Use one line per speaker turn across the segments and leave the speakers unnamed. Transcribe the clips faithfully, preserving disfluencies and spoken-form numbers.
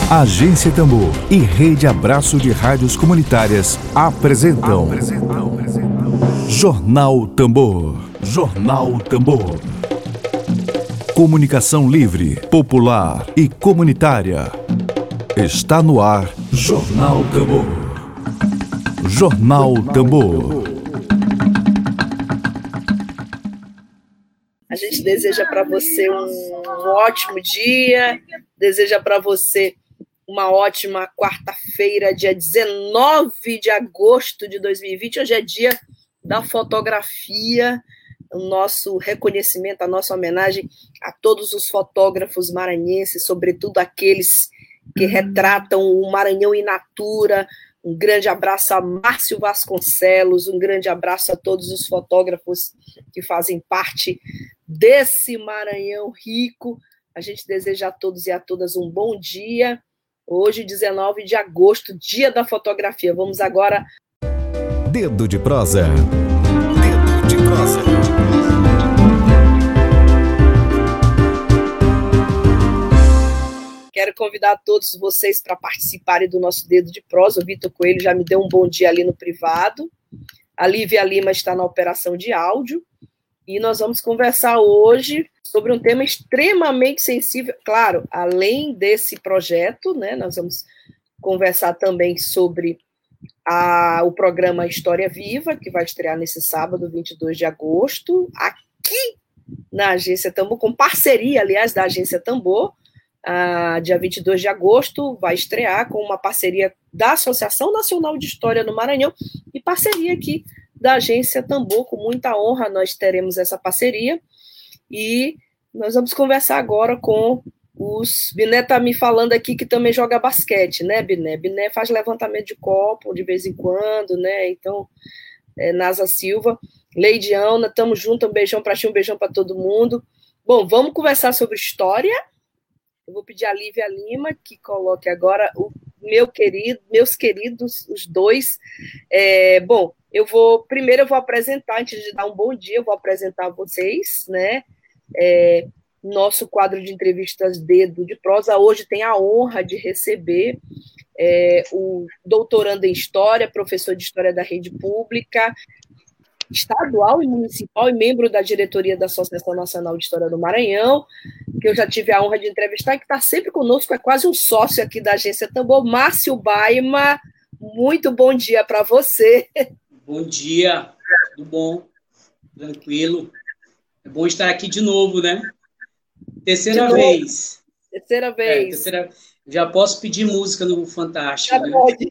Agência Tambor e Rede Abraço de Rádios Comunitárias apresentam, apresentam, apresentam. Jornal Tambor. Jornal Tambor. Comunicação livre, popular e comunitária. Está no ar Jornal Tambor. Jornal Tambor.
A gente deseja para você um, um ótimo dia, deseja para você uma ótima quarta-feira, dia dezenove de agosto de dois mil e vinte. Hoje é dia da fotografia, o nosso reconhecimento, a nossa homenagem a todos os fotógrafos maranhenses, sobretudo aqueles que retratam o Maranhão in natura. Um grande abraço a Márcio Vasconcelos, um grande abraço a todos os fotógrafos que fazem parte desse Maranhão rico. A gente deseja a todos e a todas um bom dia. Hoje, dezenove de agosto, dia da fotografia. Vamos agora...
Dedo de prosa. Dedo de prosa.
Quero convidar todos vocês para participarem do nosso Dedo de Prosa. O Vitor Coelho já me deu um bom dia ali no privado. A Lívia Lima está na operação de áudio. E nós vamos conversar hoje sobre um tema extremamente sensível. Claro, além desse projeto, né, nós vamos conversar também sobre a, o programa História Viva, que vai estrear nesse sábado, vinte e dois de agosto, aqui na Agência Tambor, com parceria, aliás, da Agência Tambor. Ah, dia vinte e dois de agosto vai estrear com uma parceria da Associação Nacional de História no Maranhão e parceria aqui da Agência Tambor. Com muita honra nós teremos essa parceria e nós vamos conversar agora com os... Biné está me falando aqui que também joga basquete, né, Biné? Biné faz levantamento de copo de vez em quando, né? Então, é, Nasa Silva, Leidiana, estamos juntos, um beijão para ti, um beijão para todo mundo. Bom, vamos conversar sobre história. Eu vou pedir a Lívia Lima que coloque agora o meu querido, meus queridos, os dois. É, bom, eu vou primeiro eu vou apresentar, antes de dar um bom dia, eu vou apresentar vocês, né? É, nosso quadro de entrevistas Dedo de Prosa hoje tem a honra de receber é, o doutorando em História, professor de História da Rede Pública, estadual e municipal e membro da diretoria da Associação Nacional de História do Maranhão, que eu já tive a honra de entrevistar e que está sempre conosco, é quase um sócio aqui da Agência Tambor, Márcio Baima. Muito bom dia para você.
Bom dia, tudo bom? Tranquilo. É bom estar aqui de novo, né? Terceira
de novo.
vez.
Terceira vez.
É, terceira... Já posso pedir música no Fantástico,
já
né?
Pode.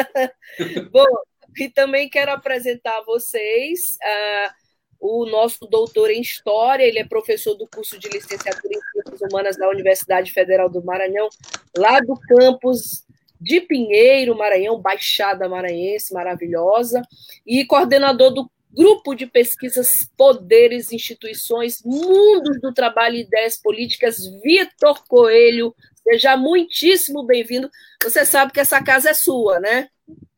Bom, e também quero apresentar a vocês uh, o nosso doutor em História. Ele é professor do curso de Licenciatura em Ciências Humanas da Universidade Federal do Maranhão, lá do campus de Pinheiro, Maranhão, Baixada Maranhense, maravilhosa, e coordenador do Grupo de Pesquisas Poderes, Instituições, Mundos do Trabalho e Ideias Políticas, Vitor Coelho. Seja muitíssimo bem-vindo. Você sabe que essa casa é sua, né?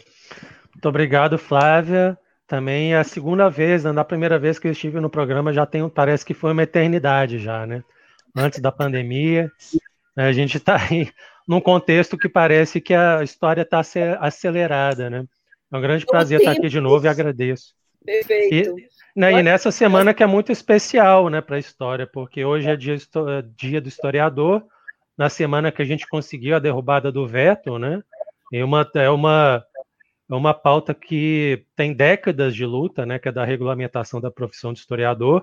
Muito obrigado, Flávia. Também é a segunda vez, né? Na primeira vez que eu estive no programa, já tem, parece que foi uma eternidade já, né? Antes da pandemia. A gente está aí num contexto que parece que a história está acelerada, né? É um grande prazer estar aqui de novo e agradeço.
Perfeito.
E, né, e nessa semana que é muito especial, né, para a história, porque hoje é dia, dia do historiador, na semana que a gente conseguiu a derrubada do veto, né? E uma, é uma... É uma pauta que tem décadas de luta, né, que é da regulamentação da profissão de historiador.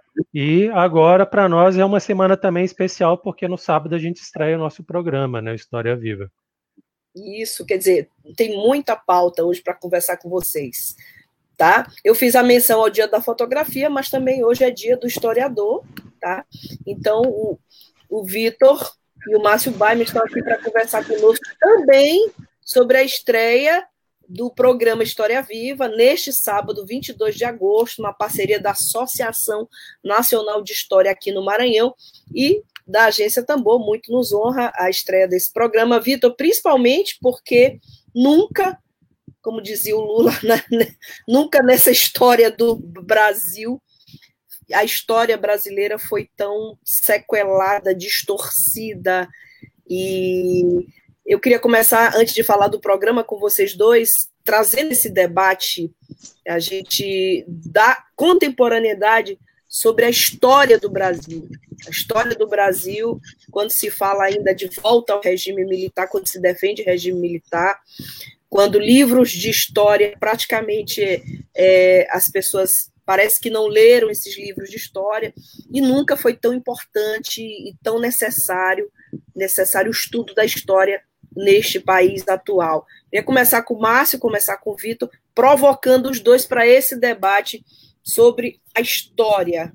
E agora, para nós, é uma semana também especial, porque no sábado a gente estreia o nosso programa, né, História Viva.
Isso, quer dizer, tem muita pauta hoje para conversar com vocês, tá? Eu fiz a menção ao dia da fotografia, mas também hoje é dia do historiador, tá? Então, o, o Vitor e o Márcio Baima estão aqui para conversar conosco também sobre a estreia do programa História Viva, neste sábado, vinte e dois de agosto, uma parceria da Associação Nacional de História aqui no Maranhão e da Agência Tambor. Muito nos honra a estreia desse programa, Vitor, principalmente porque nunca, como dizia o Lula, né, nunca nessa história do Brasil, a história brasileira foi tão sequelada, distorcida e eu queria começar, antes de falar do programa com vocês dois, trazendo esse debate, a gente, da contemporaneidade sobre a história do Brasil. A história do Brasil, quando se fala ainda de volta ao regime militar, quando se defende regime militar, quando livros de história, praticamente é, as pessoas parece que não leram esses livros de história, e nunca foi tão importante e tão necessário, necessário o estudo da história neste país atual. Eu ia começar com o Márcio, começar com o Vitor, provocando os dois para esse debate sobre a história,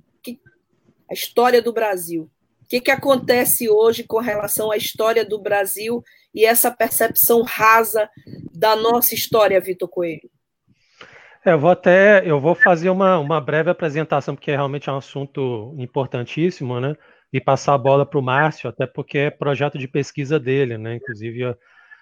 a história do Brasil. O que, que acontece hoje com relação à história do Brasil e essa percepção rasa da nossa história, Vitor Coelho?
É, eu vou até, eu vou fazer uma, uma breve apresentação, porque realmente é um assunto importantíssimo, né? E passar a bola para o Márcio, até porque é projeto de pesquisa dele, né? Inclusive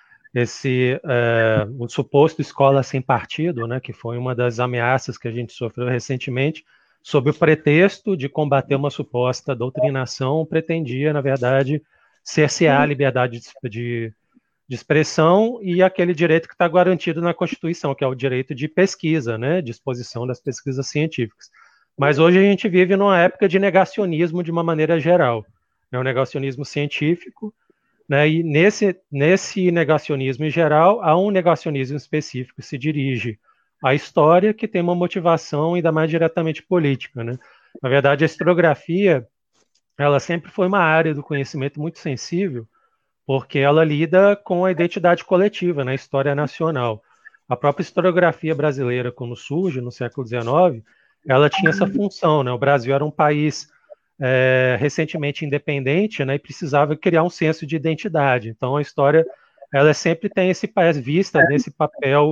esse é, o suposto escola sem partido, né? Que foi uma das ameaças que a gente sofreu recentemente, sob o pretexto de combater uma suposta doutrinação, pretendia, na verdade, cercear a liberdade de, de de expressão e aquele direito que está garantido na Constituição, que é o direito de pesquisa, né, de exposição das pesquisas científicas. Mas hoje a gente vive numa época de negacionismo de uma maneira geral, né, o negacionismo científico, né, e nesse, nesse negacionismo em geral, há um negacionismo específico que se dirige à história, que tem uma motivação ainda mais diretamente política, né. Na verdade, a historiografia, ela sempre foi uma área do conhecimento muito sensível, porque ela lida com a identidade coletiva na história nacional. A própria historiografia brasileira, quando surge no século dezenove, ela tinha essa função, né? O Brasil era um país é, recentemente independente, né? E precisava criar um senso de identidade. Então, a história, ela sempre tem esse vista nesse papel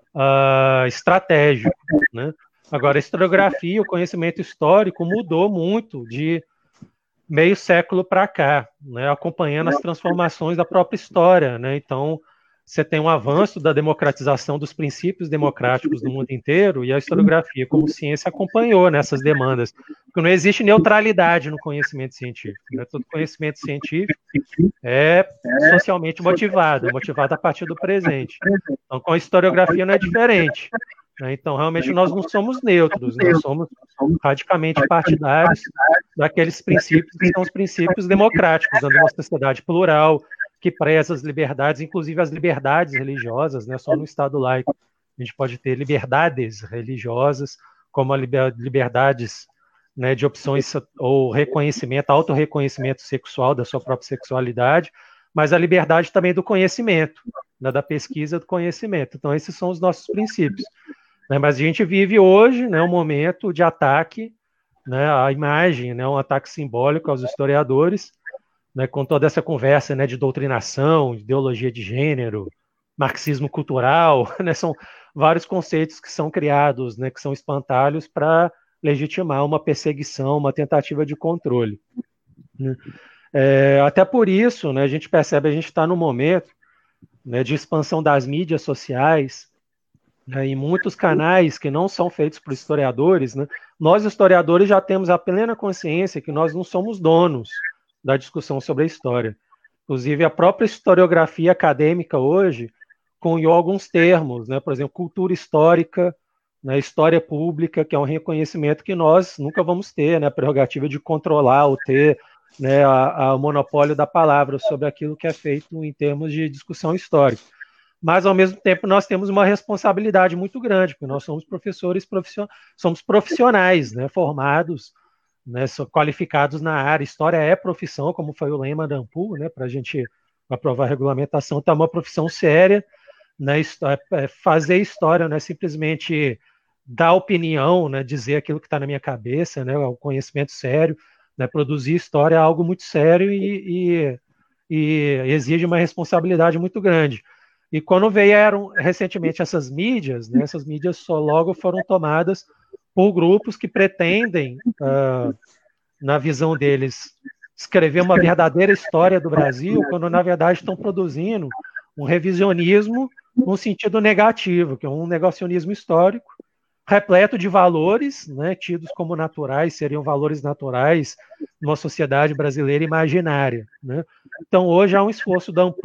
uh, estratégico, né? Agora, a historiografia, o conhecimento histórico mudou muito de meio século para cá, né, acompanhando as transformações da própria história, né? Então, você tem um avanço da democratização dos princípios democráticos no mundo inteiro, e a historiografia, como ciência, acompanhou nessas demandas, porque não existe neutralidade no conhecimento científico, né? Todo conhecimento científico é socialmente motivado, é motivado a partir do presente. Então, com a historiografia não é diferente. Então, realmente, nós não somos neutros, nós somos radicalmente partidários daqueles princípios que são os princípios democráticos, de uma sociedade plural, que preza as liberdades, inclusive as liberdades religiosas, né? Só no Estado laico a gente pode ter liberdades religiosas, como a liberdades, né, de opções ou reconhecimento, autorreconhecimento sexual da sua própria sexualidade, mas a liberdade também do conhecimento, né, da pesquisa do conhecimento. Então, esses são os nossos princípios. Mas a gente vive hoje, né, um momento de ataque, né, à imagem, né, um ataque simbólico aos historiadores, né, com toda essa conversa, né, de doutrinação, ideologia de gênero, marxismo cultural, né, são vários conceitos que são criados, né, que são espantalhos para legitimar uma perseguição, uma tentativa de controle. Né. É, até por isso, né, a gente percebe, a gente está num momento, né, de expansão das mídias sociais, né, em muitos canais que não são feitos por historiadores, né, nós historiadores já temos a plena consciência que nós não somos donos da discussão sobre a história. Inclusive, a própria historiografia acadêmica hoje cunhou alguns termos, né, por exemplo, cultura histórica, né, história pública, que é um reconhecimento que nós nunca vamos ter, né, a prerrogativa de controlar ou ter, né, a, a, o monopólio da palavra sobre aquilo que é feito em termos de discussão histórica. Mas, ao mesmo tempo, nós temos uma responsabilidade muito grande, porque nós somos professores, profission... somos profissionais, né, formados, né, qualificados na área. História é profissão, como foi o lema da ANPU, né, para a gente aprovar a regulamentação, então é uma profissão séria, né, fazer história não é simplesmente dar opinião, né, dizer aquilo que está na minha cabeça, né, o conhecimento sério, né, produzir história é algo muito sério e, e, e exige uma responsabilidade muito grande. E quando vieram recentemente essas mídias, né, essas mídias só logo foram tomadas por grupos que pretendem, uh, na visão deles, escrever uma verdadeira história do Brasil, quando na verdade estão produzindo um revisionismo no sentido negativo, que é um negacionismo histórico, repleto de valores, né, tidos como naturais, seriam valores naturais numa sociedade brasileira imaginária. Né? Então hoje há um esforço da ANPU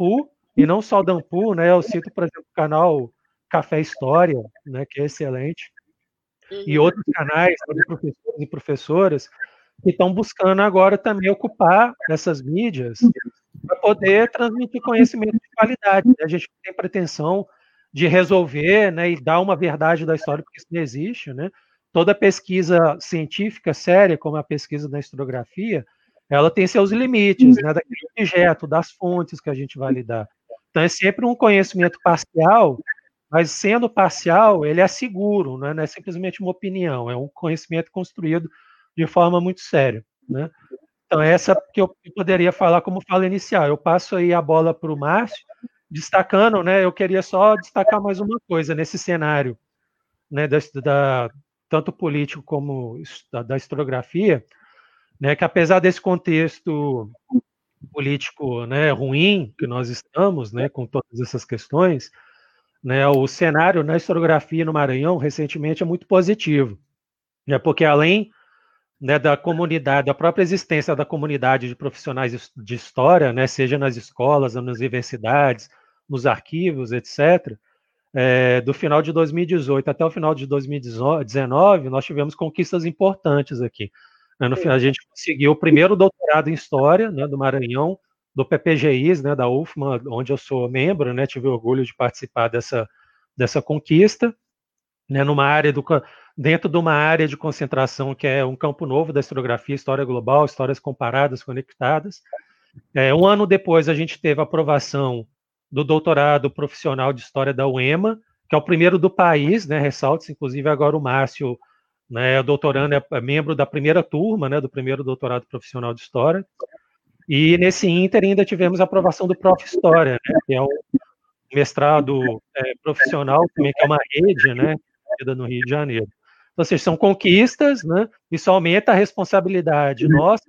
e não só da Ampul, né? Eu cito, por exemplo, o canal Café História, né? Que é excelente, uhum. e outros canais de professores e professoras que estão buscando agora também ocupar essas mídias para poder transmitir conhecimento de qualidade. A gente não tem pretensão de resolver, né, e dar uma verdade da história, porque isso não existe, né? Toda pesquisa científica séria, como a pesquisa da historiografia, ela tem seus limites, né, daquele objeto, das fontes que a gente vai lidar. Então, é sempre um conhecimento parcial, mas sendo parcial, ele é seguro, né? Não é simplesmente uma opinião, é um conhecimento construído de forma muito séria, né? Então, essa que eu poderia falar como fala inicial. Eu passo aí a bola para o Márcio, destacando, né? Eu queria só destacar mais uma coisa nesse cenário, né? Da, da, tanto político como da, da historiografia, né? Que apesar desse contexto político, né, ruim que nós estamos, né? Com todas essas questões, né? O cenário na historiografia no Maranhão recentemente é muito positivo, né? Porque além, né, da comunidade, da própria existência da comunidade de profissionais de história, né, seja nas escolas, nas universidades, nos arquivos, etcétera, é, do final de dois mil e dezoito até o final de dois mil e dezenove, nós tivemos conquistas importantes aqui. No final, a gente conseguiu o primeiro doutorado em História, né, do Maranhão, do P P G I S, né, da U F M A, onde eu sou membro, né, tive orgulho de participar dessa, dessa conquista, né, numa área do, dentro de uma área de concentração que é um campo novo da historiografia, história global, histórias comparadas, conectadas. É, um ano depois, a gente teve a aprovação do doutorado profissional de História da U E M A, que é o primeiro do país, né, ressalta-se, inclusive agora o Márcio, né, doutorando, é membro da primeira turma, né, do primeiro doutorado profissional de História, e nesse ínter ainda tivemos a aprovação do Prof. História, né, que é um mestrado é, profissional, também que é uma rede, né, no Rio de Janeiro. Então, vocês são conquistas, né? Isso aumenta a responsabilidade nossa,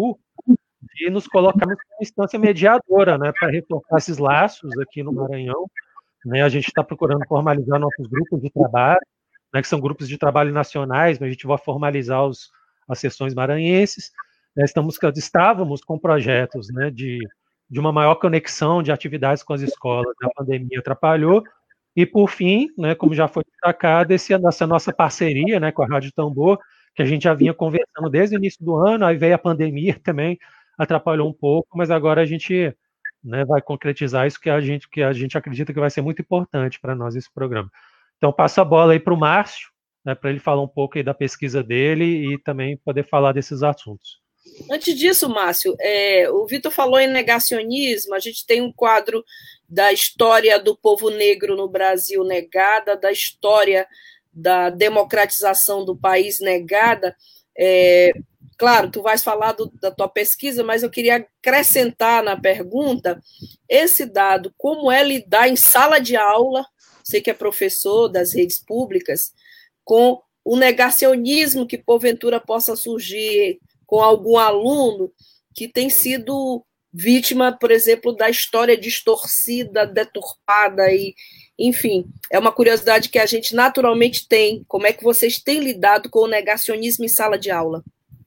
de nos colocarmos como instância mediadora, né, para reforçar esses laços aqui no Maranhão, né? A gente está procurando formalizar nossos grupos de trabalho, né, que são grupos de trabalho nacionais, mas a gente vai formalizar os, as sessões maranhenses. Né, estamos, estávamos com projetos, né, de, de uma maior conexão de atividades com as escolas, né? A pandemia atrapalhou. E, por fim, né, como já foi destacado, esse, essa nossa parceria, né, com a Rádio Tambor, que a gente já vinha conversando desde o início do ano, aí veio a pandemia também, atrapalhou um pouco, mas agora a gente, né, vai concretizar isso que a gente, que a gente acredita que vai ser muito importante para nós esse programa. Então, passo a bola aí para o Márcio, né, para ele falar um pouco aí da pesquisa dele e também poder falar desses assuntos.
Antes disso, Márcio, é, o Vitor falou em negacionismo, a gente tem um quadro da história do povo negro no Brasil negada, da história da democratização do país negada. É, claro, tu vais falar do, da tua pesquisa, mas eu queria acrescentar na pergunta esse dado, como é lidar em sala de aula, você que é professor das redes públicas, com o negacionismo que porventura possa surgir com algum aluno que tem sido vítima, por exemplo, da história distorcida, deturpada, e, enfim, é uma curiosidade que a gente naturalmente tem. Como é que vocês têm lidado com o negacionismo em sala de aula?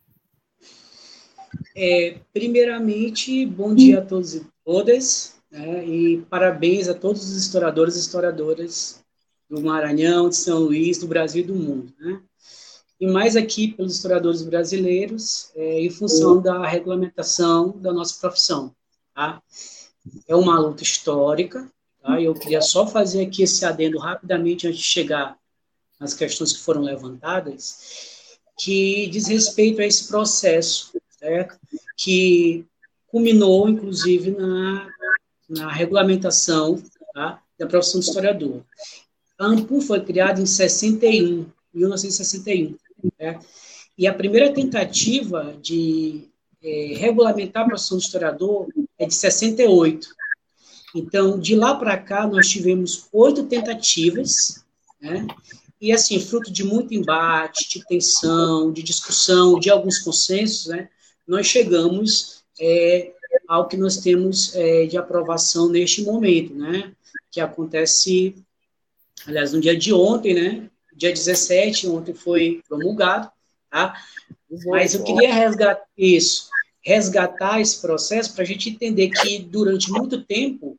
É, primeiramente, bom dia a todos e todas, né, e parabéns a todos os historiadores e historiadoras do Maranhão, de São Luís, do Brasil e do mundo, né? E mais aqui pelos historiadores brasileiros, é, em função da regulamentação da nossa profissão. Tá? É uma luta histórica, tá? Eu queria só fazer aqui esse adendo rapidamente antes de chegar nas questões que foram levantadas, que diz respeito a esse processo, certo? Que culminou, inclusive, na, na regulamentação, tá, da profissão de historiador. A Ampul foi criada em sessenta e um, mil novecentos e sessenta e um. É. E a primeira tentativa de é, regulamentar a profissão de historiador é de sessenta e oito. Então, de lá para cá, nós tivemos oito tentativas, né? E, assim, fruto de muito embate, de tensão, de discussão, de alguns consensos, né? Nós chegamos é, ao que nós temos é, de aprovação neste momento, né? Que acontece, aliás, no dia de ontem, né? Dia dezessete, ontem foi promulgado, tá? Mas eu queria resgatar isso, resgatar esse processo para a gente entender que, durante muito tempo,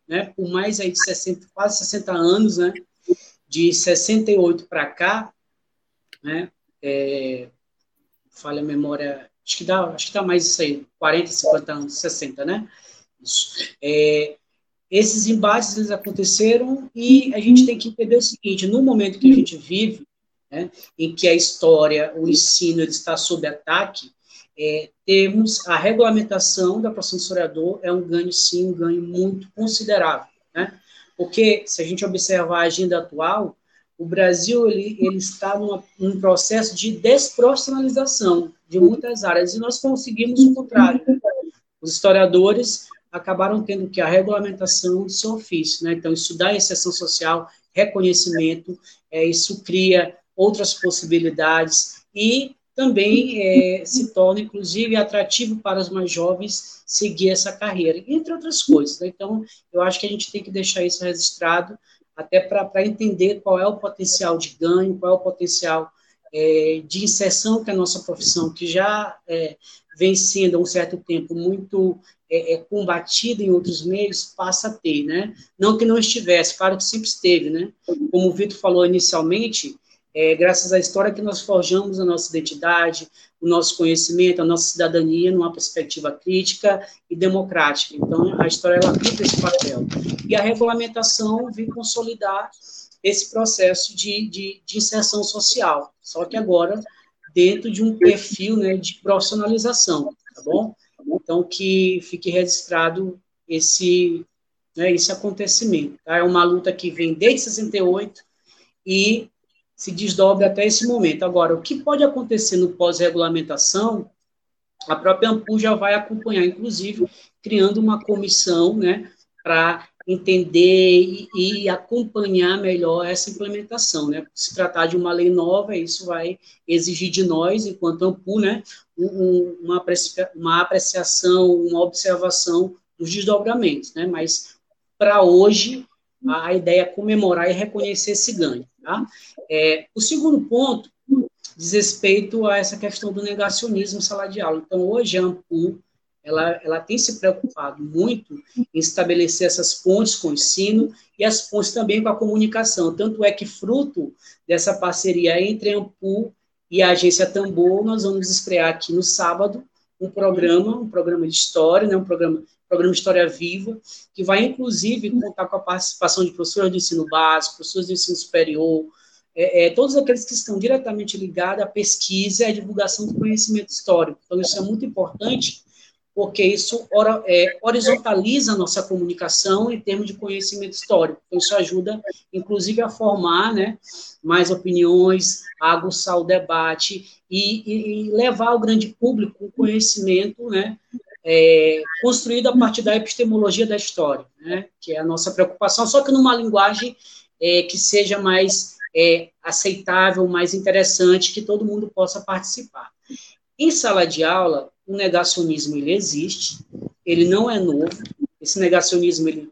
né, por mais aí de sessenta, quase sessenta anos, né, de sessenta e oito para cá, né, é, falha a memória, acho que dá, acho que dá mais isso aí, quarenta, cinquenta anos, sessenta, né? Isso. É, esses embates eles aconteceram e a gente tem que entender o seguinte: no momento que a gente vive, né, em que a história, o ensino ele está sob ataque, é, temos a regulamentação da profissão de historiador, é um ganho, sim, um ganho muito considerável, né? Porque, se a gente observar a agenda atual, o Brasil ele, ele está numa, num processo de desprofissionalização de muitas áreas, e nós conseguimos o contrário, né? Os historiadores acabaram tendo que a regulamentação do seu ofício, né? Então, isso dá inserção social, reconhecimento, é, isso cria outras possibilidades e também é, se torna, inclusive, atrativo para os mais jovens seguir essa carreira, entre outras coisas, né? Então, eu acho que a gente tem que deixar isso registrado, até para entender qual é o potencial de ganho, qual é o potencial é, de inserção que a nossa profissão, que já é, vem sendo há um certo tempo muito é, é, combatida em outros meios, passa a ter, né? Não que não estivesse, claro que sempre esteve, né? Como o Vitor falou inicialmente, é, graças à história que nós forjamos a nossa identidade, o nosso conhecimento, a nossa cidadania numa perspectiva crítica e democrática. Então, a história ela cumpre esse papel. E a regulamentação vem consolidar esse processo de, de, de inserção social, só que agora dentro de um perfil, né, de profissionalização, tá bom? Então, que fique registrado esse, né, esse acontecimento. Tá? É uma luta que vem desde sessenta e oito e se desdobra até esse momento. Agora, o que pode acontecer no pós-regulamentação, a própria ANPU já vai acompanhar, inclusive, criando uma comissão, né, para entender e, e acompanhar melhor essa implementação, né? Se tratar de uma lei nova, isso vai exigir de nós, enquanto ANPU, né, um, uma, aprecia, uma apreciação, uma observação dos desdobramentos, né? Mas, para hoje, a ideia é comemorar e reconhecer esse ganho, tá? É, o segundo ponto diz respeito a essa questão do negacionismo em sala de aula. Então, hoje, a ANPU, ela, ela tem se preocupado muito em estabelecer essas pontes com o ensino e as pontes também com a comunicação. Tanto é que, fruto dessa parceria entre a ANPU e a Agência Tambor, nós vamos estrear aqui no sábado um programa, um programa de história, né, um programa, programa História Viva, que vai, inclusive, contar com a participação de professores do ensino básico, professores do ensino superior, É, é, todos aqueles que estão diretamente ligados à pesquisa e à divulgação do conhecimento histórico. Então, isso é muito importante, porque isso ora, é, horizontaliza a nossa comunicação em termos de conhecimento histórico. Então, isso ajuda, inclusive, a formar, né, mais opiniões, a aguçar o debate e, e, e levar ao grande público o conhecimento, né, é, construído a partir da epistemologia da história, né, que é a nossa preocupação, só que numa linguagem é, que seja mais é, aceitável, mais interessante, que todo mundo possa participar. Em sala de aula, o negacionismo ele existe, ele não é novo, esse negacionismo ele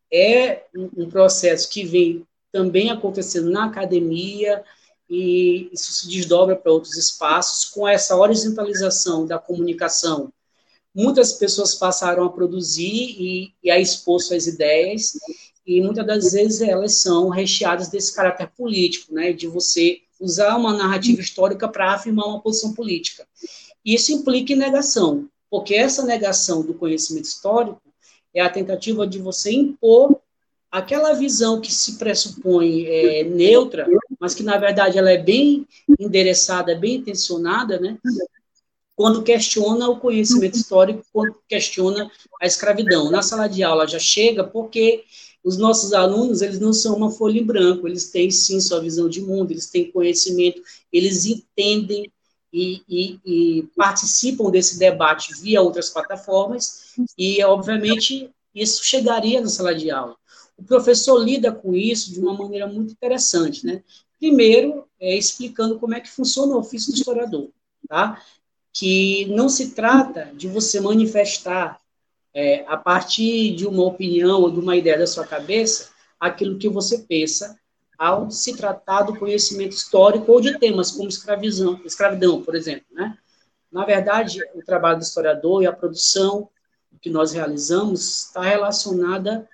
é um, um processo que vem também acontecendo na academia, e isso se desdobra para outros espaços, com essa horizontalização da comunicação. Muitas pessoas passaram a produzir e, e a expor suas ideias, e muitas das vezes elas são recheadas desse caráter político, né, de você usar uma narrativa histórica para afirmar uma posição política. Isso implica em negação, porque essa negação do conhecimento histórico é a tentativa de você impor aquela visão que se pressupõe é, neutra, mas que, na verdade, ela é bem endereçada, bem intencionada, né, quando questiona o conhecimento histórico, quando questiona a escravidão. Na sala de aula já chega porque os nossos alunos, eles não são uma folha em branco, eles têm, sim, sua visão de mundo, eles têm conhecimento, eles entendem e, e, e participam desse debate via outras plataformas, e, obviamente, isso chegaria na sala de aula. O professor lida com isso de uma maneira muito interessante, né? Primeiro, é, explicando como é que funciona o ofício do historiador, tá? Que não se trata de você manifestar É, a partir de uma opinião ou de uma ideia da sua cabeça, aquilo que você pensa ao se tratar do conhecimento histórico ou de temas como escravidão, escravidão, por exemplo, né? Na verdade, o trabalho do historiador e a produção que nós realizamos está relacionada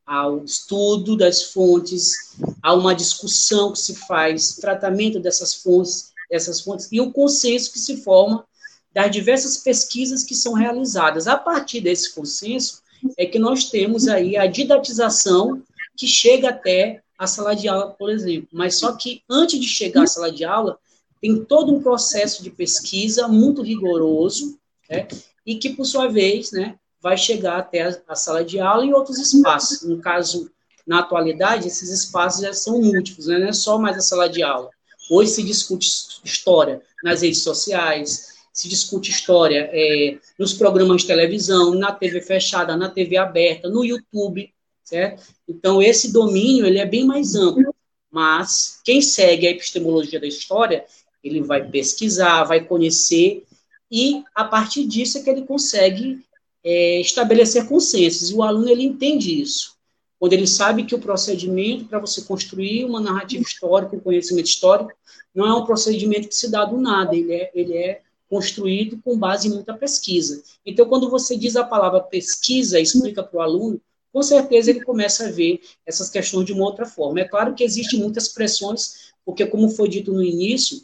ao estudo das fontes, a uma discussão que se faz, tratamento dessas fontes, dessas fontes e o consenso que se forma das diversas pesquisas que são realizadas. A partir desse consenso é que nós temos aí a didatização que chega até a sala de aula, por exemplo. Mas só que antes de chegar à sala de aula, tem todo um processo de pesquisa muito rigoroso, né, e que, por sua vez, né, vai chegar até a, a sala de aula e outros espaços. No caso, na atualidade, esses espaços já são múltiplos, né, não é só mais a sala de aula. Hoje se discute história nas redes sociais, se discute história é, nos programas de televisão, na T V fechada, na T V aberta, no YouTube, certo? Então, esse domínio ele é bem mais amplo, mas quem segue a epistemologia da história, ele vai pesquisar, vai conhecer, e a partir disso é que ele consegue é, estabelecer consensos, e o aluno ele entende isso. Quando ele sabe que o procedimento para você construir uma narrativa histórica, um conhecimento histórico, não é um procedimento que se dá do nada, ele é, ele é construído com base em muita pesquisa. Então, quando você diz a palavra pesquisa e explica para o aluno, com certeza ele começa a ver essas questões de uma outra forma. É claro que existem muitas pressões, porque, como foi dito no início,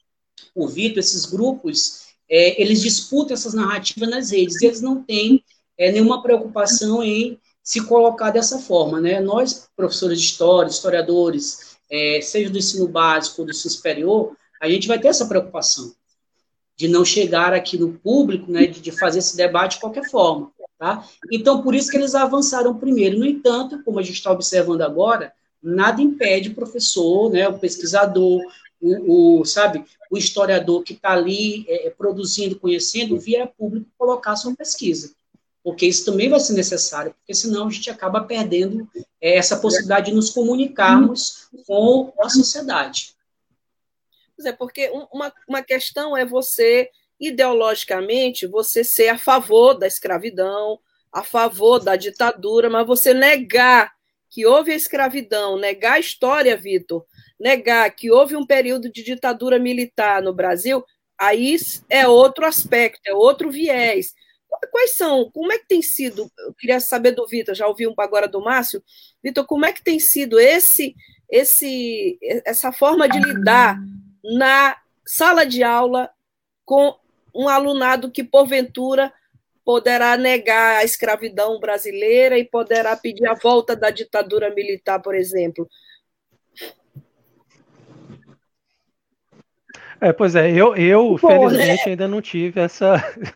o Vitor, esses grupos, é, eles disputam essas narrativas nas redes, e eles não têm é, nenhuma preocupação em se colocar dessa forma, né? Nós, professores de história, historiadores, é, seja do ensino básico ou do ensino superior, a gente vai ter essa preocupação de não chegar aqui no público, né, de, de fazer esse debate de qualquer forma, tá? Então, por isso que eles avançaram primeiro. No entanto, como a gente está observando agora, nada impede o professor, né, o pesquisador, o, o sabe, o historiador que está ali é, produzindo, conhecendo, via público, colocar sua pesquisa. Porque isso também vai ser necessário, porque senão a gente acaba perdendo é, essa possibilidade de nos comunicarmos com a sociedade.
É porque uma, uma questão é você, ideologicamente, você ser a favor da escravidão, a favor da ditadura, mas você negar que houve a escravidão, negar a história, Vitor, negar que houve um período de ditadura militar no Brasil, aí é outro aspecto, é outro viés. Quais são, como é que tem sido, eu queria saber do Vitor, já ouvi um agora do Márcio, Vitor, como é que tem sido esse, esse, essa forma de lidar na sala de aula com um alunado que, porventura, poderá negar a escravidão brasileira e poderá pedir a volta da ditadura militar, por exemplo?
É, pois é, eu, eu Bom, felizmente, né? ainda não tive essa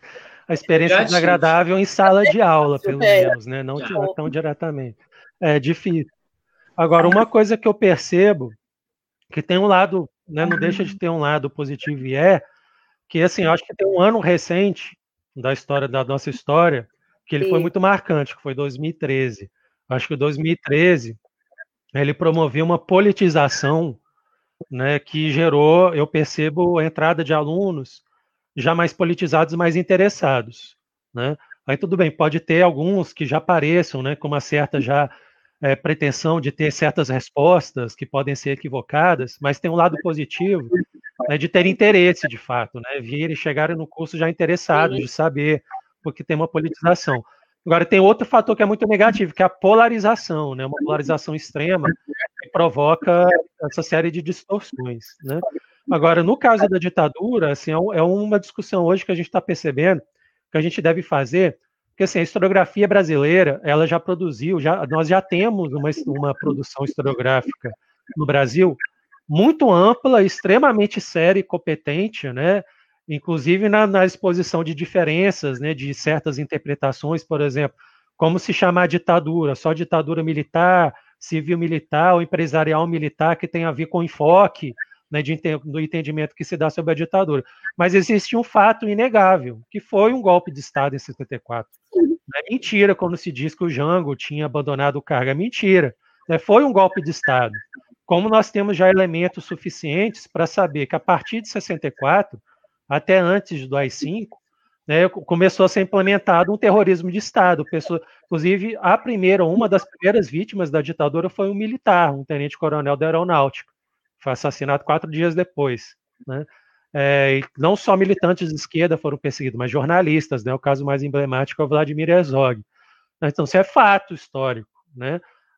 a experiência desagradável em sala de aula, pelo é, menos, né? Não é. tão diretamente. É difícil. Agora, uma coisa que eu percebo, que tem um lado, né, não deixa de ter um lado positivo, e é que, assim, eu acho que tem um ano recente da história, da nossa história, que ele Sim. foi muito marcante, que foi dois mil e treze. Eu acho que dois mil e treze, ele promoveu uma politização, né, que gerou, eu percebo, a entrada de alunos já mais politizados, mais interessados, né? Aí tudo bem, pode ter alguns que já apareçam, né, com uma certa já é, pretensão de ter certas respostas que podem ser equivocadas, mas tem um lado positivo, né, de ter interesse, de fato, né, vir e chegarem no curso já interessados, de saber, porque tem uma politização. Agora, tem outro fator que é muito negativo, que é a polarização, né, uma polarização extrema que provoca essa série de distorções, né? Agora, no caso da ditadura, assim, é uma discussão hoje que a gente está percebendo que a gente deve fazer, porque assim, a historiografia brasileira, ela já produziu, já, nós já temos uma, uma produção historiográfica no Brasil muito ampla, extremamente séria e competente, né? Inclusive na, na exposição de diferenças, né, de certas interpretações, por exemplo, como se chamar ditadura, só ditadura militar, civil-militar ou empresarial-militar, que tem a ver com enfoque, né, de, do entendimento que se dá sobre a ditadura. Mas existe um fato inegável, que foi um golpe de Estado em setenta e quatro. É mentira quando se diz que o Jango tinha abandonado o cargo, é mentira. Né, foi um golpe de Estado. Como nós temos já elementos suficientes para saber que a partir de sessenta e quatro, até antes do A I cinco, né, começou a ser implementado um terrorismo de Estado. Pessoa, inclusive, a primeira, uma das primeiras vítimas da ditadura foi um militar, um tenente-coronel da Aeronáutica. Foi assassinado quatro dias depois, né? É, e não só militantes de esquerda foram perseguidos, mas jornalistas, né? O caso mais emblemático é o Vladimir Herzog. Então, isso é fato histórico, né?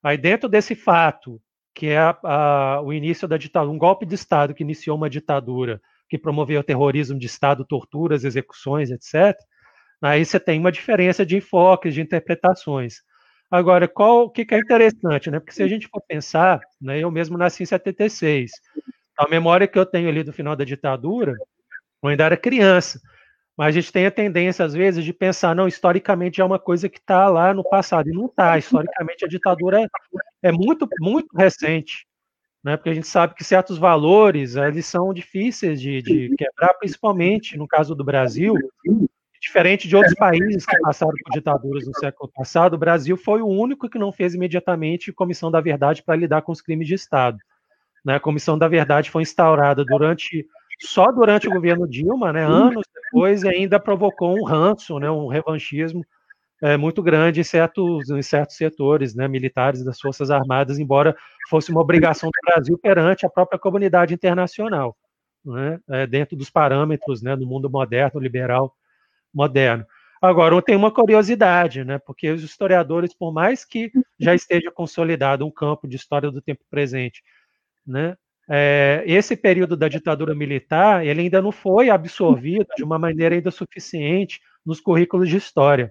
Aí, dentro desse fato, que é a, a, o início da ditadura, um golpe de Estado que iniciou uma ditadura, que promoveu o terrorismo de Estado, torturas, execuções, etcétera, aí você tem uma diferença de enfoques, de interpretações. Agora, qual, o que, que é interessante, né? Porque se a gente for pensar, né, eu mesmo nasci em setenta e seis, a memória que eu tenho ali do final da ditadura, eu ainda era criança, mas a gente tem a tendência, às vezes, de pensar, não, historicamente é uma coisa que está lá no passado, e não está. Historicamente, a ditadura é, é muito, muito recente, né? Porque a gente sabe que certos valores, eles são difíceis de, de quebrar, principalmente no caso do Brasil. Diferente de outros países que passaram por ditaduras no século passado, o Brasil foi o único que não fez imediatamente Comissão da Verdade para lidar com os crimes de Estado. Né? A Comissão da Verdade foi instaurada durante, só durante o governo Dilma, né? Anos depois, e ainda provocou um ranço, né? Um revanchismo é, muito grande em certos, em certos setores, né? Militares das Forças Armadas, embora fosse uma obrigação do Brasil perante a própria comunidade internacional, né? É, dentro dos parâmetros, né? Do mundo moderno, liberal, moderno. Agora, tem uma curiosidade, né? Porque os historiadores, por mais que já esteja consolidado um campo de história do tempo presente, né? É, esse período da ditadura militar, ele ainda não foi absorvido de uma maneira ainda suficiente nos currículos de história.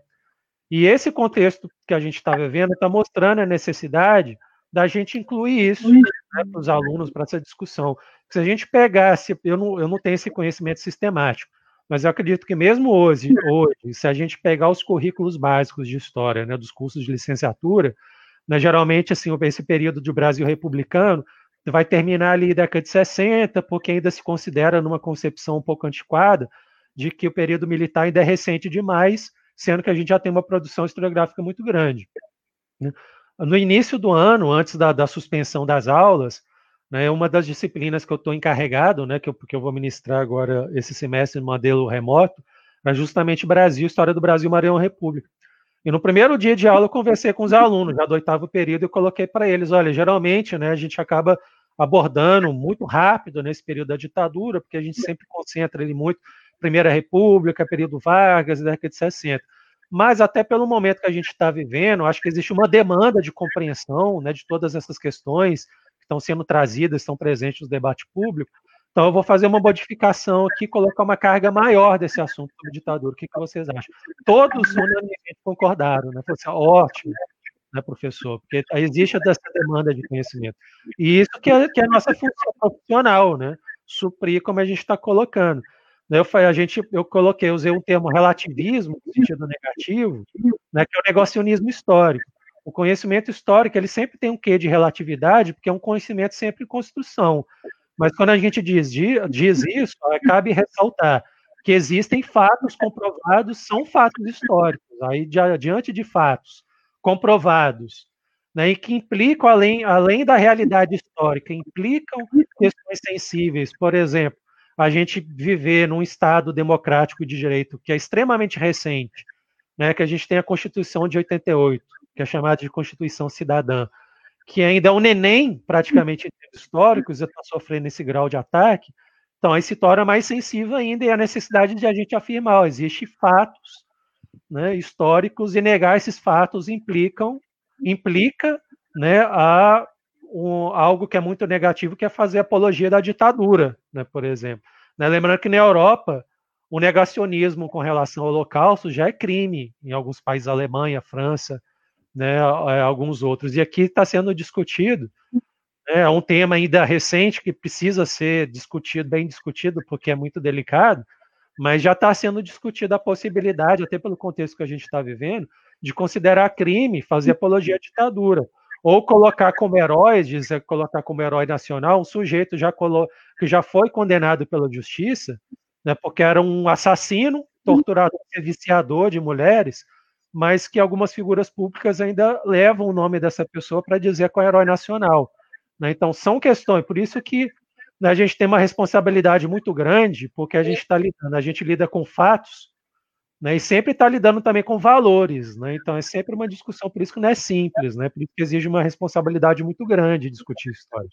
E esse contexto que a gente está vivendo está mostrando a necessidade da gente incluir isso, né, para os alunos, para essa discussão. Se a gente pegasse, eu não, eu não tenho esse conhecimento sistemático, mas eu acredito que mesmo hoje, hoje, se a gente pegar os currículos básicos de história, né, dos cursos de licenciatura, né, geralmente, assim, esse período de Brasil republicano vai terminar ali na década de sessenta, porque ainda se considera numa concepção um pouco antiquada de que o período militar ainda é recente demais, sendo que a gente já tem uma produção historiográfica muito grande. Né? No início do ano, antes da, da suspensão das aulas, né, uma das disciplinas que eu estou encarregado, né, que, eu, que eu vou ministrar agora esse semestre no modelo remoto, é justamente Brasil, História do Brasil, Maranhão República. E no primeiro dia de aula eu conversei com os alunos, já do oitavo período, e coloquei para eles, olha, geralmente, né, a gente acaba abordando muito rápido nesse período da ditadura, porque a gente sempre concentra ele muito, Primeira República, período Vargas, década de sessenta. Mas até pelo momento que a gente está vivendo, acho que existe uma demanda de compreensão, né, de todas essas questões que estão sendo trazidas, estão presentes no debate público. Então eu vou fazer uma modificação aqui, colocar uma carga maior desse assunto sobre ditadura. O que, que vocês acham? Todos unanimemente concordaram, né? Falei assim, ótimo, né, professor? Porque existe essa demanda de conhecimento. E isso que é, que é a nossa função profissional, né? Suprir como a gente está colocando. Eu, a gente, eu coloquei, usei um termo relativismo, no sentido negativo, né, que é o negacionismo histórico. O conhecimento histórico, ele sempre tem um quê de relatividade, porque é um conhecimento sempre em construção. Mas quando a gente diz, diz isso, cabe ressaltar que existem fatos comprovados, são fatos históricos. Aí, diante de fatos comprovados, né, e que implicam, além, além da realidade histórica, implicam questões sensíveis. Por exemplo, a gente viver num Estado democrático de direito que é extremamente recente, né, que a gente tem a Constituição de oitenta e oito, que é chamada de Constituição Cidadã, que ainda é um neném, praticamente, em termos históricos, e está sofrendo esse grau de ataque, então aí se torna mais sensível ainda, e a necessidade de a gente afirmar, ó, existem fatos, né, históricos, e negar esses fatos implicam, implica, né, a um, algo que é muito negativo, que é fazer apologia da ditadura, né, por exemplo. Né, lembrando que na Europa, o negacionismo com relação ao Holocausto já é crime, em alguns países, Alemanha, França, né, alguns outros. E aqui está sendo discutido, né, é um tema ainda recente que precisa ser discutido, bem discutido, porque é muito delicado, mas já está sendo discutida a possibilidade, até pelo contexto que a gente está vivendo, de considerar crime fazer apologia à ditadura, ou colocar como herói, dizer, colocar como herói nacional um sujeito já colo... que já foi condenado pela justiça, né, porque era um assassino, torturador, viciador de mulheres, mas que algumas figuras públicas ainda levam o nome dessa pessoa para dizer qual é o herói nacional. Né? Então, são questões, por isso que, né, a gente tem uma responsabilidade muito grande, porque a gente está lidando, a gente lida com fatos, né, e sempre está lidando também com valores. Né? Então, é sempre uma discussão, por isso que não é simples, né? Por isso que exige uma responsabilidade muito grande discutir história.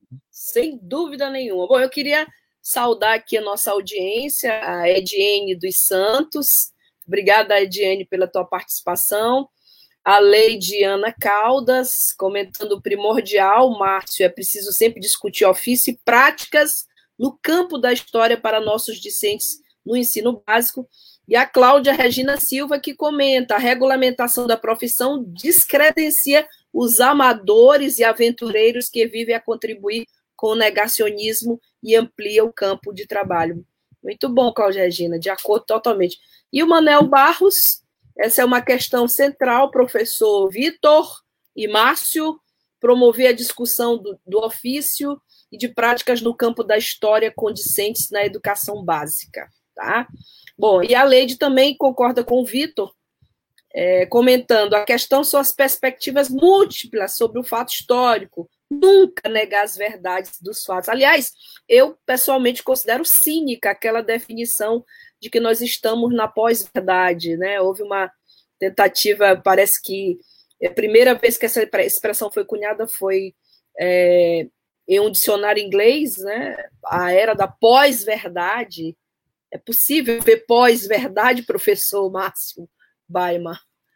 Sem dúvida nenhuma. Bom, eu queria saudar aqui a nossa audiência, a Ediene dos Santos. Obrigada, Ediene, pela tua participação. A Leide Ana Caldas, comentando o primordial, Márcio, é preciso sempre discutir ofício e práticas no campo da história para nossos discentes no ensino básico. E a Cláudia Regina Silva, que comenta, a regulamentação da profissão descredencia os amadores e aventureiros que vivem a contribuir com o negacionismo e amplia o campo de trabalho. Muito bom, Cláudia Regina, de acordo totalmente. E o Manel Barros, essa é uma questão central, professor Vitor e Márcio, promover a discussão do, do ofício e de práticas no campo da história com discentes na educação básica. Tá? Bom, e a Leide também concorda com o Vitor, é, comentando, a questão são as perspectivas múltiplas sobre o fato histórico, nunca negar as verdades dos fatos. Aliás, eu pessoalmente considero cínica aquela definição de que nós estamos na pós-verdade, né? Houve uma tentativa, parece que a primeira vez que essa expressão foi cunhada foi é, em um dicionário inglês, né? A era da pós-verdade. É possível ver pós-verdade, professor Márcio Baima?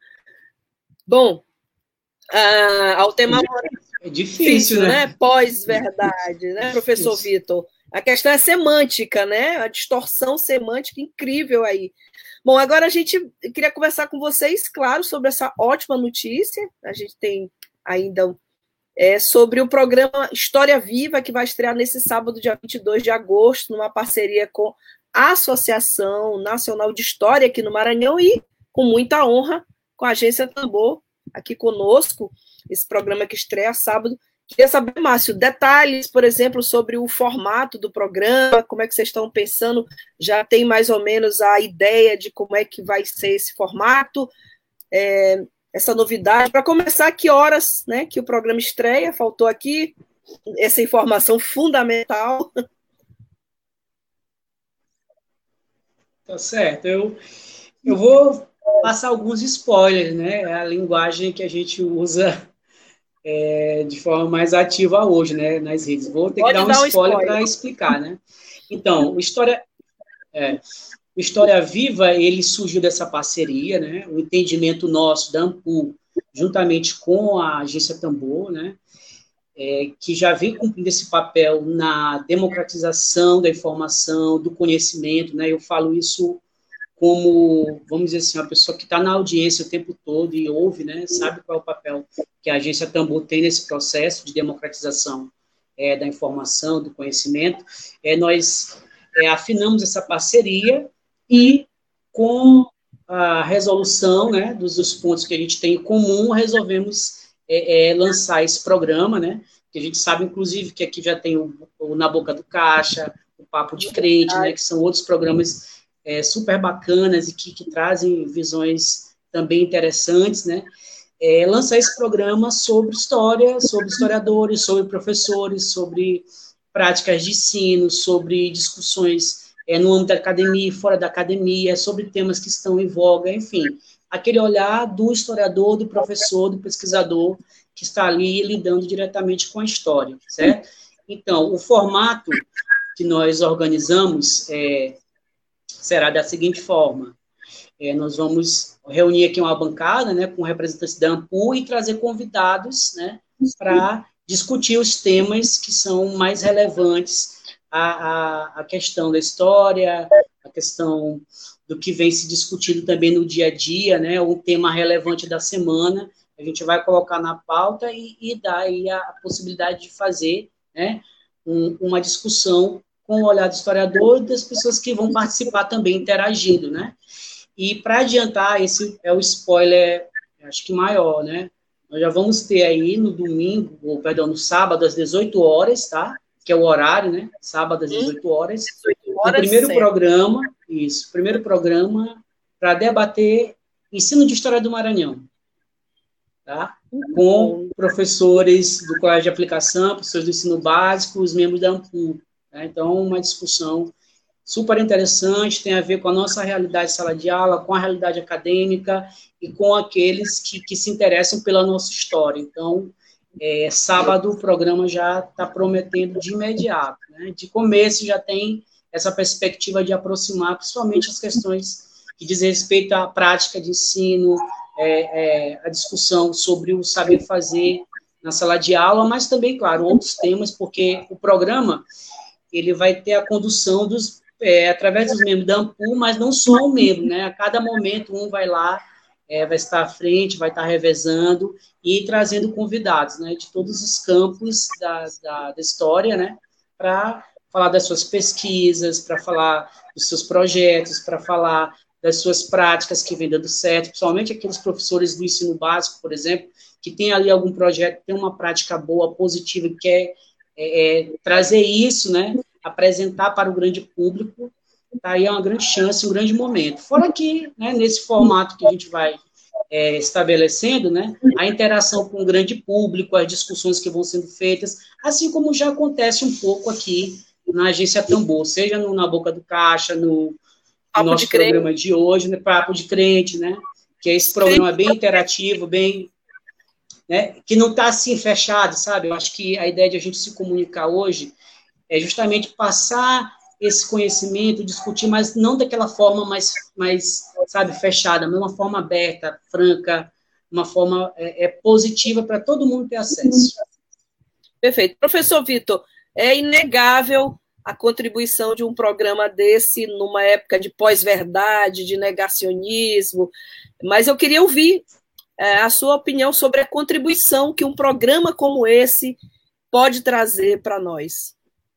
Bom, uh, ao tema...
É difícil, né?
né? Pós-verdade, né, professor Vitor? A questão é semântica, né? A distorção semântica incrível aí. Bom, agora a gente queria conversar com vocês, claro, sobre essa ótima notícia. A gente tem ainda é, sobre o programa História Viva, que vai estrear nesse sábado, dia vinte e dois de agosto, numa parceria com a Associação Nacional de História aqui no Maranhão e, com muita honra, com a Agência Tambor aqui conosco, esse programa que estreia sábado. Queria saber, Márcio, detalhes, por exemplo, sobre o formato do programa, como é que vocês estão pensando, já tem mais ou menos a ideia de como é que vai ser esse formato, é, essa novidade. Para começar, que horas, né, que o programa estreia? Faltou aqui essa informação fundamental.
Tá certo, eu, eu vou passar alguns spoilers, né, é a linguagem que a gente usa é, de forma mais ativa hoje, né, nas redes. Vou ter Pode que dar um, dar um spoiler, spoiler. para explicar, né. Então, o História, é, o História Viva, ele surgiu dessa parceria, né, o entendimento nosso da AMPU, juntamente com a Agência Tambor, né, é, que já vem cumprindo esse papel na democratização da informação, do conhecimento, né, eu falo isso como, vamos dizer assim, uma pessoa que está na audiência o tempo todo e ouve, né, sabe qual é o papel que a Agência Tambor tem nesse processo de democratização é, da informação, do conhecimento. É, nós é, afinamos essa parceria e, com a resolução, né, dos, dos pontos que a gente tem em comum, resolvemos é, é, lançar esse programa, né, que a gente sabe, inclusive, que aqui já tem o, o Na Boca do Caixa, o Papo de Crente, né, que são outros programas É, super bacanas e que, que trazem visões também interessantes, né? É, lançar esse programa sobre história, sobre historiadores, sobre professores, sobre práticas de ensino, sobre discussões é, no âmbito da academia e fora da academia, sobre temas que estão em voga, enfim, aquele olhar do historiador, do professor, do pesquisador que está ali lidando diretamente com a história, certo? Então, o formato que nós organizamos é será da seguinte forma, é, nós vamos reunir aqui uma bancada, né, com representantes da AMPU e trazer convidados, né, para discutir os temas que são mais relevantes à, à, à questão da história, a questão do que vem se discutindo também no dia a dia, né, um tema relevante da semana, a gente vai colocar na pauta e, e dar aí a, a possibilidade de fazer, né, um, uma discussão com o olhar do historiador e das pessoas que vão participar também interagindo, né? E para adiantar, esse é o spoiler, acho que maior, né? Nós já vamos ter aí no domingo, ou perdão, no sábado às dezoito horas, tá? Que é o horário, né? Sábado às dezoito horas. O primeiro programa, isso, primeiro programa para debater ensino de história do Maranhão, tá? Com professores do Colégio de Aplicação, professores do ensino básico, os membros da AMPU. Então, uma discussão super interessante, tem a ver com a nossa realidade de sala de aula, com a realidade acadêmica e com aqueles que, que se interessam pela nossa história. Então, é, sábado o programa já está prometendo de imediato, né? De começo já tem essa perspectiva de aproximar, principalmente as questões que dizem respeito à prática de ensino, é, é, a discussão sobre o saber fazer na sala de aula, mas também, claro, outros temas, porque o programa ele vai ter a condução dos, é, através dos membros da AMPU, mas não só o membro, né? A cada momento um vai lá, é, vai estar à frente, vai estar revezando e trazendo convidados, né, de todos os campos da, da, da história, né, para falar das suas pesquisas, para falar dos seus projetos, para falar das suas práticas que vem dando certo, principalmente aqueles professores do ensino básico, por exemplo, que tem ali algum projeto, tem uma prática boa, positiva, e quer é, é, trazer isso, né, apresentar para o grande público. Tá aí é uma grande chance, um grande momento. Fora que, né, nesse formato que a gente vai é, estabelecendo, né, a interação com o grande público, as discussões que vão sendo feitas, assim como já acontece um pouco aqui na Agência Tambor, seja no Na Boca do Caixa, no, no nosso de programa de hoje, né, Papo de Crente, né, que é esse programa bem interativo, bem, né, que não está assim fechado, sabe? Eu acho que a ideia de a gente se comunicar hoje é justamente passar esse conhecimento, discutir, mas não daquela forma mais, mais sabe, fechada, mas uma forma aberta, franca, uma forma é, é positiva para todo mundo ter acesso.
Perfeito. Professor Vitor, é inegável a contribuição de um programa desse numa época de pós-verdade, de negacionismo, mas eu queria ouvir é, a sua opinião sobre a contribuição que um programa como esse pode trazer para nós.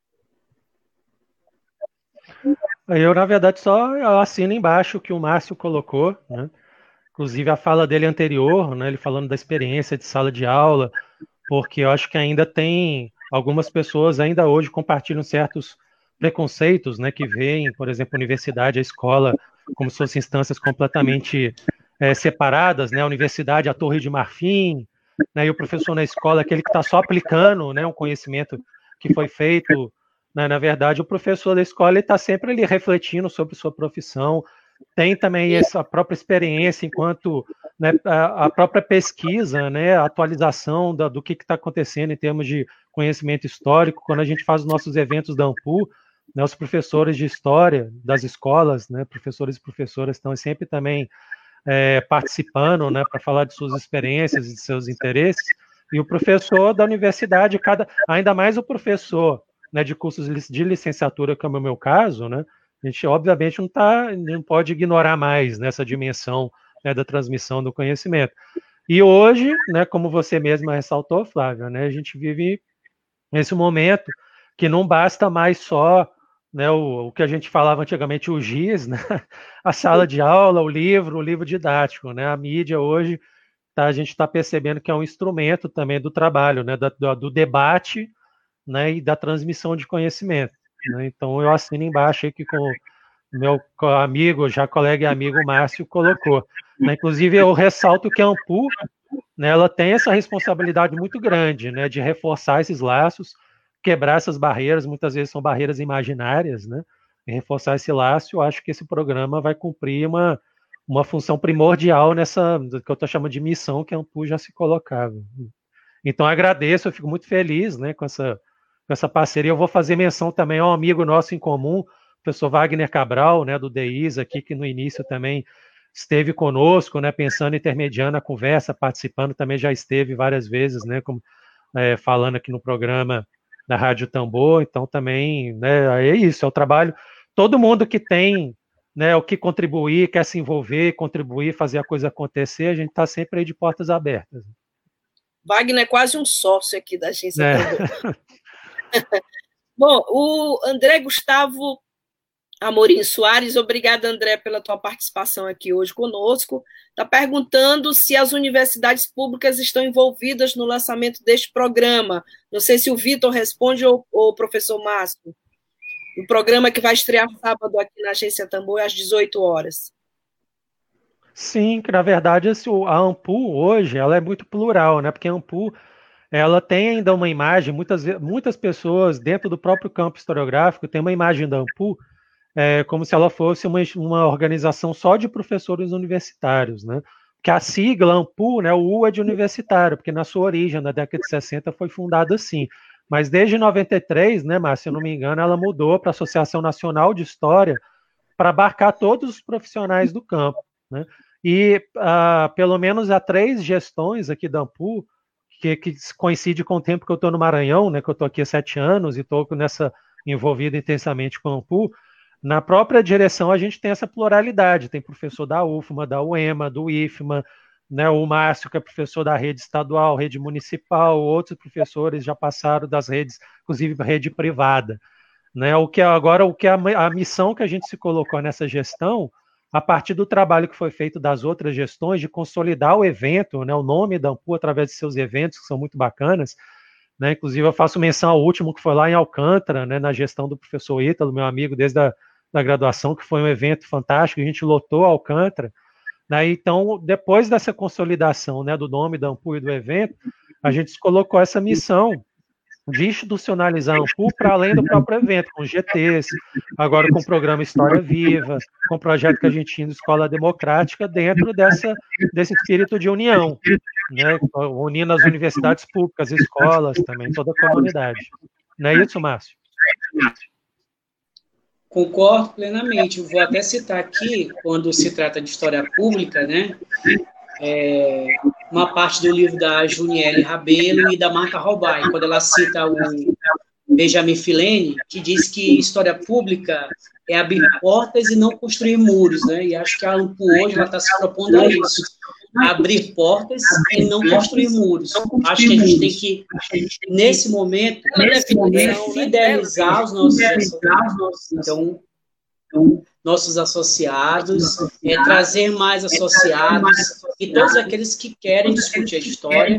Eu, na verdade, só assino embaixo o que o Márcio colocou, né? Inclusive a fala dele anterior, né? Ele falando da experiência de sala de aula, porque eu acho que ainda tem algumas pessoas ainda hoje compartilham certos preconceitos, né? Que veem, por exemplo, a universidade, a escola, como se fossem instâncias completamente é, separadas, né? A universidade, a Torre de Marfim, né? E o professor na escola, aquele que está só aplicando, né? Um conhecimento que foi feito. Na verdade, o professor da escola está sempre ali refletindo sobre sua profissão, tem também essa própria experiência enquanto, né, a, a própria pesquisa, né, a atualização da, do que está acontecendo em termos de conhecimento histórico. Quando a gente faz os nossos eventos da AMPU, né, os professores de história das escolas, né, professores e professoras estão sempre também é, participando, né, para falar de suas experiências e de seus interesses, e o professor da universidade, cada, ainda mais o professor, né, de cursos de licenciatura, como é o meu caso, né, a gente obviamente não, tá, não pode ignorar mais nessa dimensão, né, da transmissão do conhecimento. E hoje, né, como você mesma ressaltou, Flávia, né, a gente vive nesse momento que não basta mais só, né, o, o que a gente falava antigamente, o giz, né, a sala de aula, o livro, o livro didático, né, a mídia hoje, tá, a gente está percebendo que é um instrumento também do trabalho, né, da, do, do debate, né, e da transmissão de conhecimento, né? Então eu assino embaixo aí que com o meu amigo, já colega e amigo Márcio colocou, né? Inclusive eu ressalto que a AMPU, né, ela tem essa responsabilidade muito grande, né, de reforçar esses laços, quebrar essas barreiras, muitas vezes são barreiras imaginárias, né, e reforçar esse laço. Eu acho que esse programa vai cumprir uma, uma função primordial nessa, que eu estou chamando de missão, que a AMPU já se colocava. Então agradeço, eu fico muito feliz, né, com essa com essa parceria. Eu vou fazer menção também a um amigo nosso em comum, o professor Wagner Cabral, né, do D I S, aqui, que no início também esteve conosco, né, pensando, intermediando a conversa, participando, também já esteve várias vezes, né, como, é, falando aqui no programa da Rádio Tambor. Então também, né, é isso, é o trabalho, todo mundo que tem, né, o que contribuir, quer se envolver, contribuir, fazer a coisa acontecer, a gente está sempre aí de portas abertas.
Wagner é quase um sócio aqui da Agência
é.
Tambor. Bom, o André Gustavo Amorim Soares, obrigada, André, pela tua participação aqui hoje conosco, está perguntando se as universidades públicas estão envolvidas no lançamento deste programa. Não sei se o Vitor responde ou o professor Márcio. O programa que vai estrear sábado aqui na Agência Tambor às dezoito horas.
Sim, que na verdade a AMPU hoje ela é muito plural, né? Porque a AMPU ela tem ainda uma imagem, muitas, muitas pessoas dentro do próprio campo historiográfico tem uma imagem da AMPU é, como se ela fosse uma, uma organização só de professores universitários, né? Porque a sigla AMPU, né, o U é de universitário, porque na sua origem, na década de sessenta, foi fundada assim. Mas desde noventa e três, né, Márcio, se eu não me engano, ela mudou para a Associação Nacional de História para abarcar todos os profissionais do campo, né? e uh, pelo menos há três gestões aqui da Ampul, que, que coincide com o tempo que eu estou no Maranhão, né, que eu estou aqui há sete anos e estou nessa envolvido intensamente com a Ampul. Na própria direção a gente tem essa pluralidade, tem professor da U F M A, da U E M A, do I F M A, né, o Márcio, que é professor da rede estadual, rede municipal, outros professores já passaram das redes, inclusive rede privada. Né, o que agora, o que a, a missão que a gente se colocou nessa gestão, a partir do trabalho que foi feito das outras gestões, de consolidar o evento, né, o nome da Ampul através de seus eventos, que são muito bacanas, né, inclusive eu faço menção ao último, que foi lá em Alcântara, né, na gestão do professor Ítalo, meu amigo, desde a da graduação, que foi um evento fantástico, a gente lotou Alcântara. Né, então, depois dessa consolidação, né, do nome da Ampul e do evento, a gente colocou essa missão de institucionalizar a Ampul para além do próprio evento, com G Tês, agora com o programa História Viva, com o projeto que a gente tinha de Escola Democrática, dentro dessa, desse espírito de união, né, unindo as universidades públicas, escolas também, toda a comunidade. Não é isso, Márcio?
Concordo plenamente. Eu vou até citar aqui, quando se trata de história pública, né, é, uma parte do livro da Juniele Rabelo e da Marta Robai, quando ela cita o Benjamin Filene, que diz que história pública é abrir portas e não construir muros, né? E acho que a Ampul hoje está se propondo a isso, abrir portas e não construir muros. Acho que a gente tem que, nesse momento, é, fidelizar os nossos associados, então, nossos associados, é, trazer mais associados e todos aqueles que querem discutir a história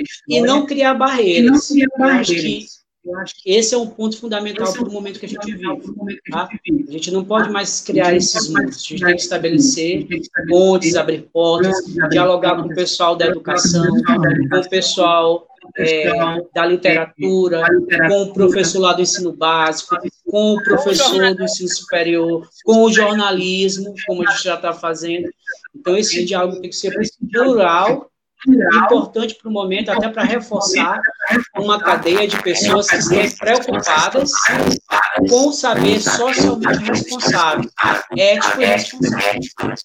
e não criar barreiras. Eu acho que esse é um ponto fundamental para o momento que a gente vive. Tá? A gente não pode mais criar esses muros. A gente tem que estabelecer pontes, abrir portas, dialogar com o pessoal da educação, com o pessoal é, da literatura, com o professor lá do ensino básico, com o professor do ensino superior, com o jornalismo, como a gente já está fazendo. Então, esse diálogo tem que ser plural, importante para o momento, até para reforçar uma cadeia de pessoas que estão preocupadas com o saber socialmente responsável, ético e responsável.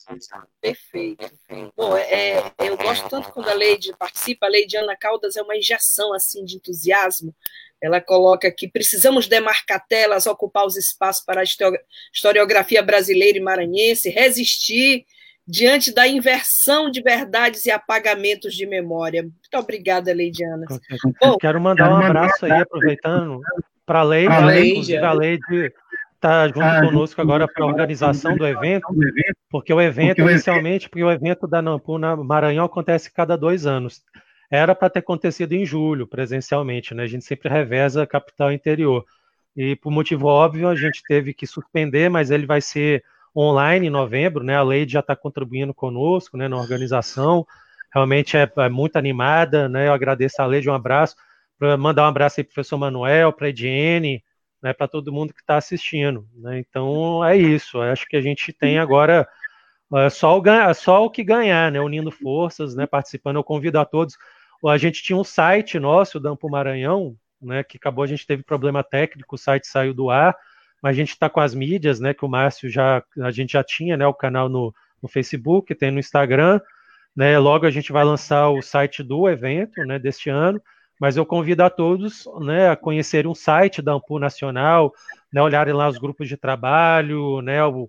Perfeito. Bom, é, eu gosto tanto quando a Leide participa, a Leidiana Caldas é uma injeção assim, de entusiasmo. Ela coloca aqui, precisamos demarcar telas, ocupar os espaços para a historiografia brasileira e maranhense, resistir diante da inversão de verdades e apagamentos de memória. Muito obrigada, Leidiana.
Bom, quero mandar um abraço aí, aproveitando, para a Leide, a Leide, a Leide está junto conosco agora para a organização do evento, porque o evento, inicialmente, porque o evento da Ampul na Maranhão acontece cada dois anos. Era para ter acontecido em julho, presencialmente, né? A gente sempre reveza a capital e interior. E, por motivo óbvio, a gente teve que suspender, mas ele vai ser online em novembro, né? A Leide já está contribuindo conosco, né, na organização, realmente é, é muito animada, né? Eu agradeço a Leide, um abraço, para mandar um abraço aí para o professor Manuel, para a Ediene, né, para todo mundo que está assistindo, né? Então é isso, acho que a gente tem agora é, só, o, só o que ganhar, né? Unindo forças, né? Participando, eu convido a todos. A gente tinha um site nosso, da Ampul Maranhão, né, que acabou, a gente teve problema técnico, o site saiu do ar, mas a gente está com as mídias, né, que o Márcio já, a gente já tinha, né, o canal no, no Facebook, tem no Instagram, né, logo a gente vai lançar o site do evento, né, deste ano, mas eu convido a todos, né, a conhecerem um site da Ampul Nacional, né, olharem lá os grupos de trabalho, né, o,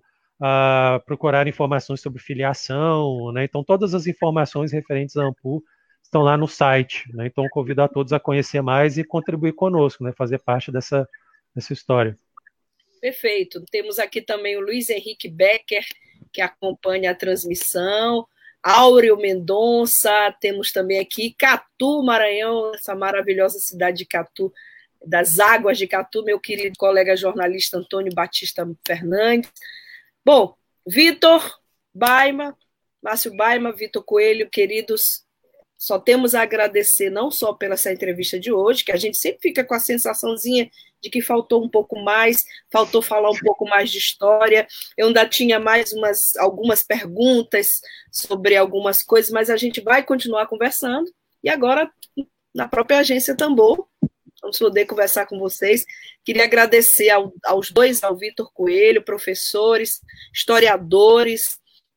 a procurar informações sobre filiação, né, então todas as informações referentes à Ampul estão lá no site, né, então convido a todos a conhecer mais e contribuir conosco, né, fazer parte dessa, dessa história.
Perfeito. Temos aqui também o Luiz Henrique Becker, que acompanha a transmissão, Áureo Mendonça, temos também aqui Catu, Maranhão, essa maravilhosa cidade de Catu, das águas de Catu, meu querido colega jornalista Antônio Batista Fernandes. Bom, Vitor Baima, Márcio Baima, Vitor Coelho, queridos, só temos a agradecer não só pela essa entrevista de hoje, que a gente sempre fica com a sensaçãozinha de que faltou um pouco mais, faltou falar um pouco mais de história. Eu ainda tinha mais umas, algumas perguntas sobre algumas coisas, mas a gente vai continuar conversando. E agora, na própria Agência Tambor, vamos poder conversar com vocês. Queria agradecer ao, aos dois, ao Vitor Coelho, professores, historiadores,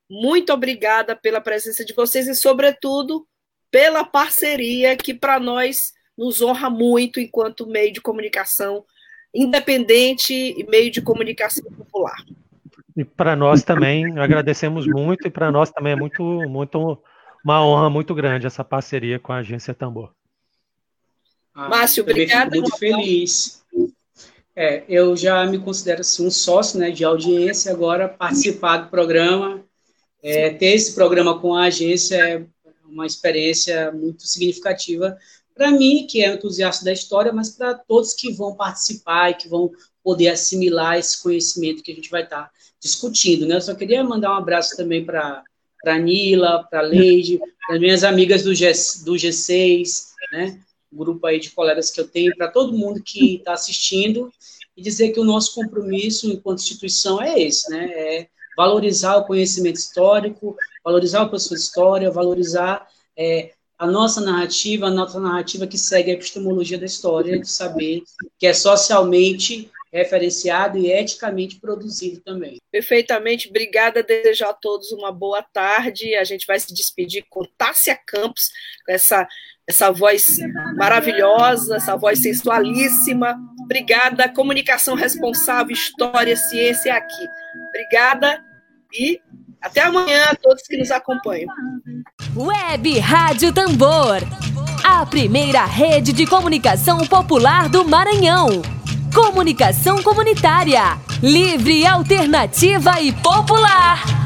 muito obrigada pela presença de vocês e, sobretudo, pela parceria que, para nós, nos honra muito enquanto meio de comunicação independente e meio de comunicação popular.
E para nós também, agradecemos muito, e para nós também é muito, muito, uma honra muito grande essa parceria com a Agência Tambor.
Ah,
Márcio, obrigada.
Fico muito feliz. É, eu já me considero assim, um sócio, né, de audiência, agora participar do programa, é, ter esse programa com a agência é uma experiência muito significativa para mim, que é entusiasta da história, mas para todos que vão participar e que vão poder assimilar esse conhecimento que a gente vai estar tá discutindo, né? Eu só queria mandar um abraço também para a Nila, para a Leide, para as minhas amigas do G, do G seis, né? Um grupo aí de colegas que eu tenho, para todo mundo que está assistindo, e dizer que o nosso compromisso enquanto instituição é esse, né? É valorizar o conhecimento histórico, valorizar o professor de história, valorizar é, a nossa narrativa, a nossa narrativa que segue a epistemologia da história, de saber que é socialmente referenciado e eticamente produzido também.
Perfeitamente, obrigada, desejo a todos uma boa tarde, a gente vai se despedir com Tássia Campos, com essa, essa voz maravilhosa, essa voz sensualíssima, obrigada, comunicação responsável, história, ciência é aqui, obrigada e até amanhã a todos que nos acompanham.
Web Rádio Tambor, a primeira rede de comunicação popular do Maranhão. Comunicação comunitária, livre, alternativa e popular.